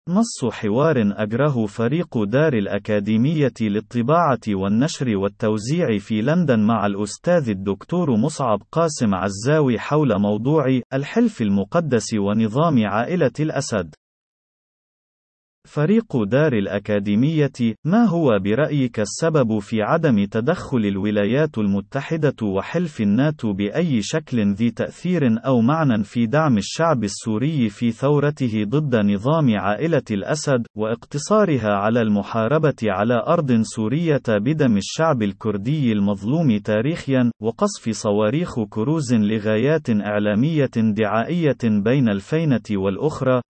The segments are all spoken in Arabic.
نص حوار أجره فريق دار الأكاديمية للطباعة والنشر والتوزيع في لندن مع الأستاذ الدكتور مصعب قاسم عزاوي حول موضوع الحلف المقدس ونظام عائلة الأسد. فريق دار الأكاديمية: ما هو برأيك السبب في عدم تدخل الولايات المتحدة وحلف الناتو بأي شكل ذي تأثير أو معنى في دعم الشعب السوري في ثورته ضد نظام عائلة الأسد، واقتصارها على المحاربة على أرض سورية بدم الشعب الكردي المظلوم تاريخيا، وقصف صواريخ كروز لغايات إعلامية دعائية بين الفينة والأخرى؟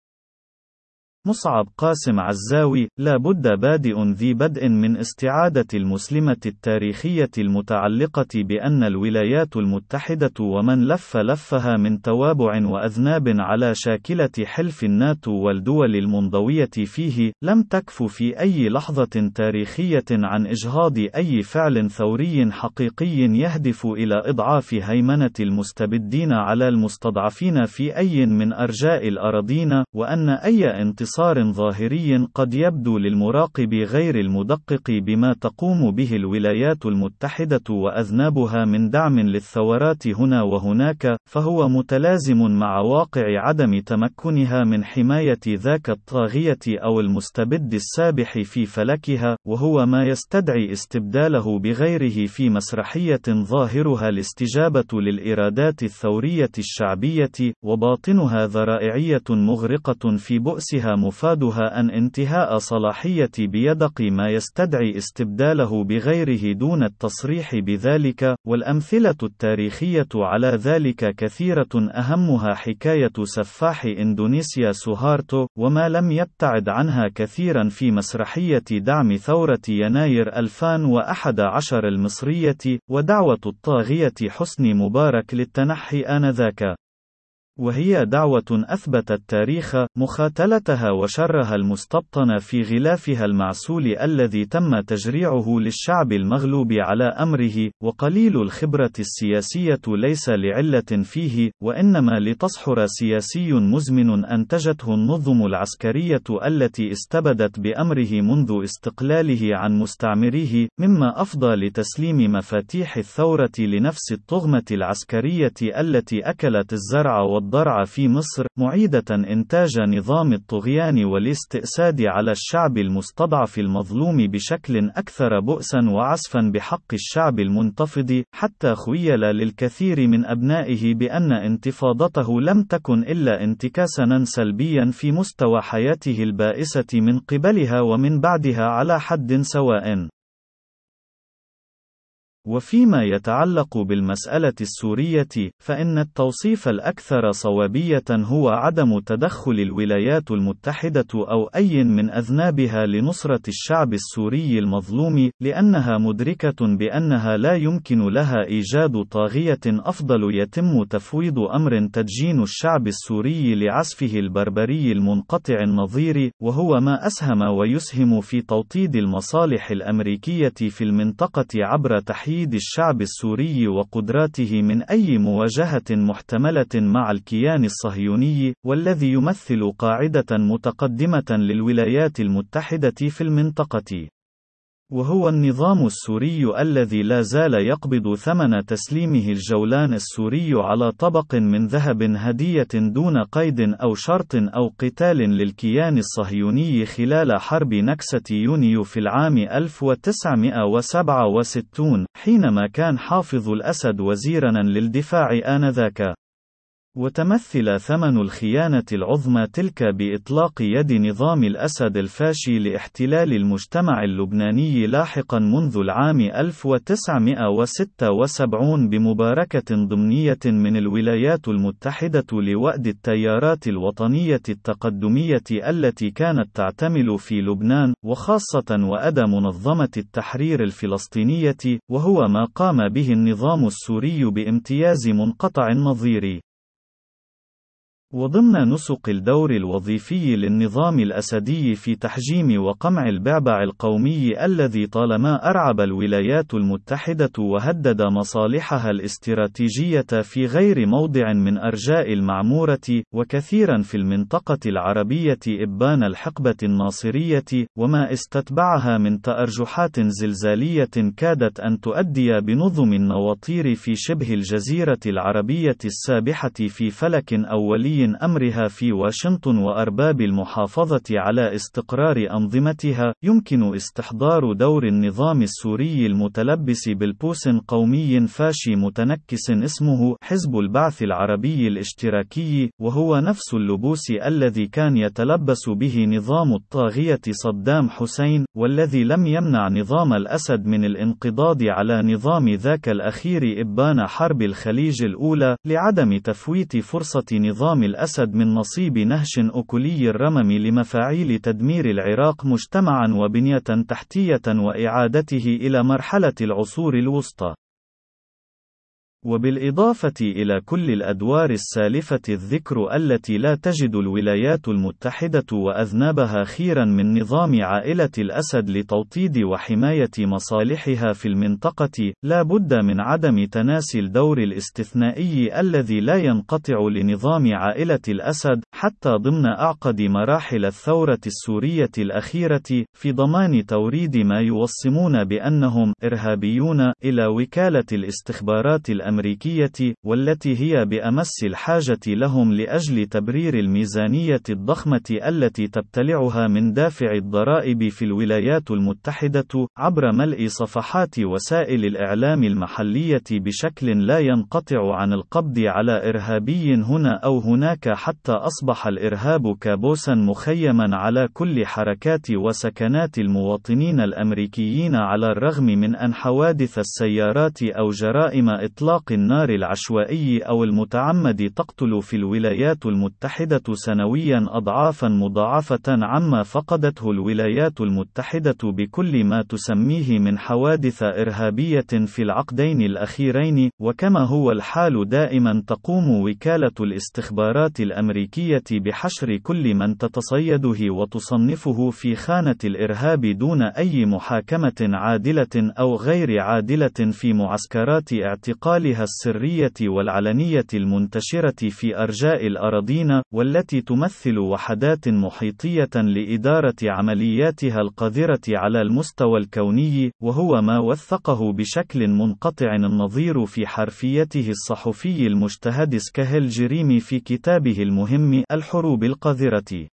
مصعب قاسم عزاوي: لا بد بادئ ذي بدء من استعادة المسلمة التاريخية المتعلقة بأن الولايات المتحدة ومن لفها من توابع وأذناب على شاكلة حلف الناتو والدول المنضوية فيه، لم تكف في أي لحظة تاريخية عن إجهاض أي فعل ثوري حقيقي يهدف إلى إضعاف هيمنة المستبدين على المستضعفين في أي من أرجاء الأراضين، وأن أي انتصار ظاهري قد يبدو للمراقب غير المدقق بما تقوم به الولايات المتحدة وأذنابها من دعم للثورات هنا وهناك، فهو متلازم مع واقع عدم تمكنها من حماية ذاك الطاغية أو المستبد السابح في فلكها، وهو ما يستدعي استبداله بغيره في مسرحية ظاهرها الاستجابة للإرادات الثورية الشعبية، وباطنها ذرائعية مغرقة في بؤسها مفادها أن انتهاء صلاحية بيدق ما يستدعي استبداله بغيره دون التصريح بذلك. والأمثلة التاريخية على ذلك كثيرة، أهمها حكاية سفاح إندونيسيا سوهارتو، وما لم يبتعد عنها كثيرا في مسرحية دعم ثورة يناير 2011 المصرية، ودعوة الطاغية حسني مبارك للتنحي آنذاك، وهي دعوة أثبت التاريخ مخاتلتها وشرها المستبطن في غلافها المعسول الذي تم تجريعه للشعب المغلوب على أمره. وقليل الخبرة السياسية ليس لعلة فيه، وإنما لتصحر سياسي مزمن أنتجته النظم العسكرية التي استبدت بأمره منذ استقلاله عن مستعمريه، مما أفضى لتسليم مفاتيح الثورة لنفس الطغمة العسكرية التي أكلت الزرع والضرع في مصر، معيدة إنتاج نظام الطغيان والاستئساد على الشعب المستضعف المظلوم بشكل أكثر بؤسا وعسفا بحق الشعب المنتفض، حتى خيل للكثير من أبنائه بأن انتفاضته لم تكن إلا انتكاسا سلبيا في مستوى حياته البائسة من قبلها ومن بعدها على حد سواء. وفيما يتعلق بالمسألة السورية، فإن التوصيف الأكثر صوابية هو عدم تدخل الولايات المتحدة أو أي من أذنابها لنصرة الشعب السوري المظلوم، لأنها مدركة بأنها لا يمكن لها إيجاد طاغية أفضل يتم تفويض أمر تدجين الشعب السوري لعسفه البربري المنقطع النظير، وهو ما أسهم ويسهم في توطيد المصالح الأمريكية في المنطقة عبر تحييد الشعب السوري وقدراته من أي مواجهة محتملة مع الكيان الصهيوني، والذي يمثل قاعدة متقدمة للولايات المتحدة في المنطقة. وهو النظام السوري الذي لا زال يقبض ثمن تسليمه الجولان السوري على طبق من ذهب هدية دون قيد أو شرط أو قتال للكيان الصهيوني خلال حرب نكسة يونيو في العام 1967، حينما كان حافظ الأسد وزيرا للدفاع آنذاك. وتمثل ثمن الخيانة العظمى تلك بإطلاق يد نظام الأسد الفاشي لاحتلال المجتمع اللبناني لاحقا منذ العام 1976 بمباركة ضمنية من الولايات المتحدة لوأد التيارات الوطنية التقدمية التي كانت تعتمل في لبنان، وخاصة وأد منظمة التحرير الفلسطينية، وهو ما قام به النظام السوري بامتياز منقطع النظير. وضمن نسق الدور الوظيفي للنظام الأسدي في تحجيم وقمع البعبع القومي الذي طالما أرعب الولايات المتحدة وهدد مصالحها الاستراتيجية في غير موضع من أرجاء المعمورة، وكثيرا في المنطقة العربية إبان الحقبة الناصرية، وما استتبعها من تأرجحات زلزالية كادت أن تؤدي بنظم النواطير في شبه الجزيرة العربية السابحة في فلك أولي أمرها في واشنطن وأرباب المحافظة على استقرار أنظمتها، يمكن استحضار دور النظام السوري المتلبس بالبوس قومي فاشي متنكس اسمه حزب البعث العربي الاشتراكي، وهو نفس اللبوس الذي كان يتلبس به نظام الطاغية صدام حسين، والذي لم يمنع نظام الأسد من الانقضاض على نظام ذاك الأخير إبان حرب الخليج الأولى، لعدم تفويت فرصة نظام الأسد من نصيب نهش أكلي الرمم لمفاعيل تدمير العراق مجتمعا وبنية تحتية وإعادته إلى مرحلة العصور الوسطى. وبالإضافة إلى كل الأدوار السالفة الذكر التي لا تجد الولايات المتحدة وأذنابها خيرا من نظام عائلة الأسد لتوطيد وحماية مصالحها في المنطقة، لا بد من عدم تناسي الدور الاستثنائي الذي لا ينقطع لنظام عائلة الأسد، حتى ضمن أعقد مراحل الثورة السورية الأخيرة، في ضمان توريد ما يوصمون بأنهم إرهابيون إلى وكالة الاستخبارات الأمريكية، والتي هي بأمس الحاجة لهم لأجل تبرير الميزانية الضخمة التي تبتلعها من دافع الضرائب في الولايات المتحدة، عبر ملء صفحات وسائل الإعلام المحلية بشكل لا ينقطع عن القبض على إرهابي هنا أو هناك، حتى أصبح الإرهاب كابوسا مخيما على كل حركات وسكنات المواطنين الأمريكيين، على الرغم من أن حوادث السيارات أو جرائم إطلاق النار العشوائي أو المتعمد تقتل في الولايات المتحدة سنويا أضعافا مضاعفة عما فقدته الولايات المتحدة بكل ما تسميه من حوادث إرهابية في العقدين الأخيرين. وكما هو الحال دائما، تقوم وكالة الاستخبارات الأمريكية بحشر كل من تتصيده وتصنفه في خانة الإرهاب دون أي محاكمة عادلة أو غير عادلة في معسكرات اعتقالها السرية والعلنية المنتشرة في أرجاء الأراضين، والتي تمثل وحدات محيطية لإدارة عملياتها القذرة على المستوى الكوني، وهو ما وثقه بشكل منقطع النظير في حرفيته الصحفي المجتهد سكهيل جريمي في كتابه المهم الحروب القذرة.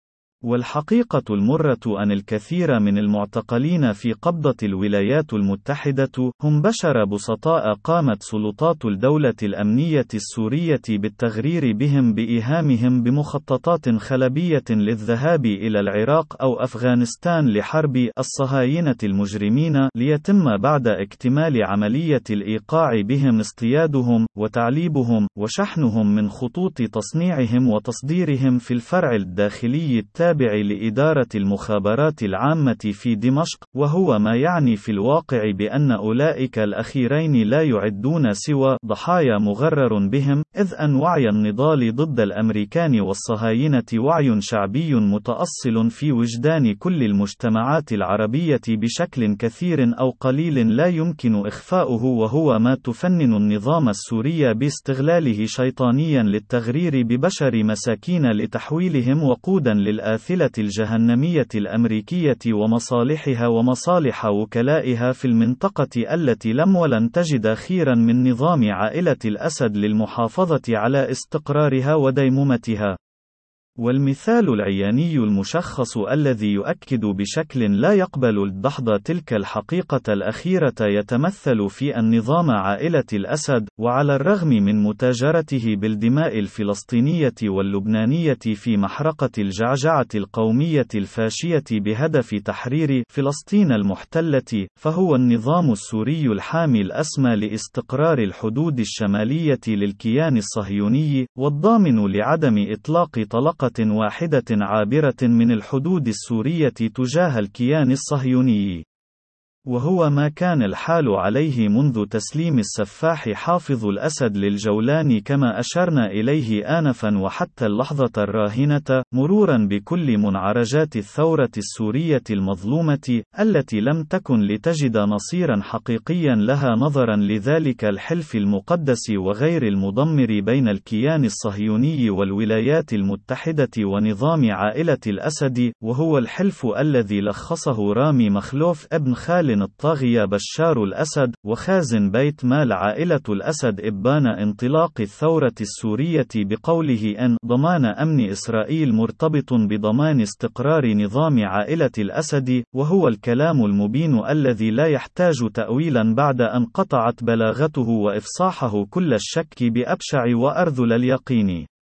والحقيقة المرة أن الكثير من المعتقلين في قبضة الولايات المتحدة هم بشر بسطاء قامت سلطات الدولة الأمنية السورية بالتغرير بهم بإيهامهم بمخططات خلبية للذهاب إلى العراق أو أفغانستان لحرب الصهاينة المجرمين، ليتم بعد اكتمال عملية الإيقاع بهم اصطيادهم وتعليبهم وشحنهم من خطوط تصنيعهم وتصديرهم في الفرع الداخلي التابع لإدارة المخابرات العامة في دمشق، وهو ما يعني في الواقع بأن أولئك الأخيرين لا يعدون سوى ضحايا مغرر بهم، إذ أن وعي النضال ضد الأمريكان والصهاينة وعي شعبي متأصل في وجدان كل المجتمعات العربية بشكل كثير أو قليل لا يمكن إخفاؤه، وهو ما تفنن النظام السوري باستغلاله شيطانيا للتغرير ببشر مساكين لتحويلهم وقودا للآثلة الجهنمية الأمريكية ومصالحها ومصالح وكلائها في المنطقة، التي لم ولن تجد خيرا من نظام عائلة الأسد للمحافظة على استقرارها وديمومتها. والمثال العياني المشخص الذي يؤكد بشكل لا يقبل الدحض تلك الحقيقة الأخيرة يتمثل في أن نظام عائلة الأسد، وعلى الرغم من متاجرته بالدماء الفلسطينية واللبنانية في محرقة الجعجعة القومية الفاشية بهدف تحرير فلسطين المحتلة، فهو النظام السوري الحامي الأسمى لاستقرار الحدود الشمالية للكيان الصهيوني، والضامن لعدم إطلاق طلقة واحدة عابرة من الحدود السورية تجاه الكيان الصهيوني. وهو ما كان الحال عليه منذ تسليم السفاح حافظ الأسد للجولان كما أشرنا إليه آنفا وحتى اللحظة الراهنة، مرورا بكل منعرجات الثورة السورية المظلومة، التي لم تكن لتجد نصيرا حقيقيا لها نظرا لذلك الحلف المقدس وغير المدمر بين الكيان الصهيوني والولايات المتحدة ونظام عائلة الأسد، وهو الحلف الذي لخصه رامي مخلوف ابن خال الطاغية بشار الأسد، وخازن بيت مال عائلة الأسد إبان انطلاق الثورة السورية بقوله أن ضمان أمن إسرائيل مرتبط بضمان استقرار نظام عائلة الأسد، وهو الكلام المبين الذي لا يحتاج تأويلا بعد أن قطعت بلاغته وإفصاحه كل الشك بأبشع وأرذل اليقين.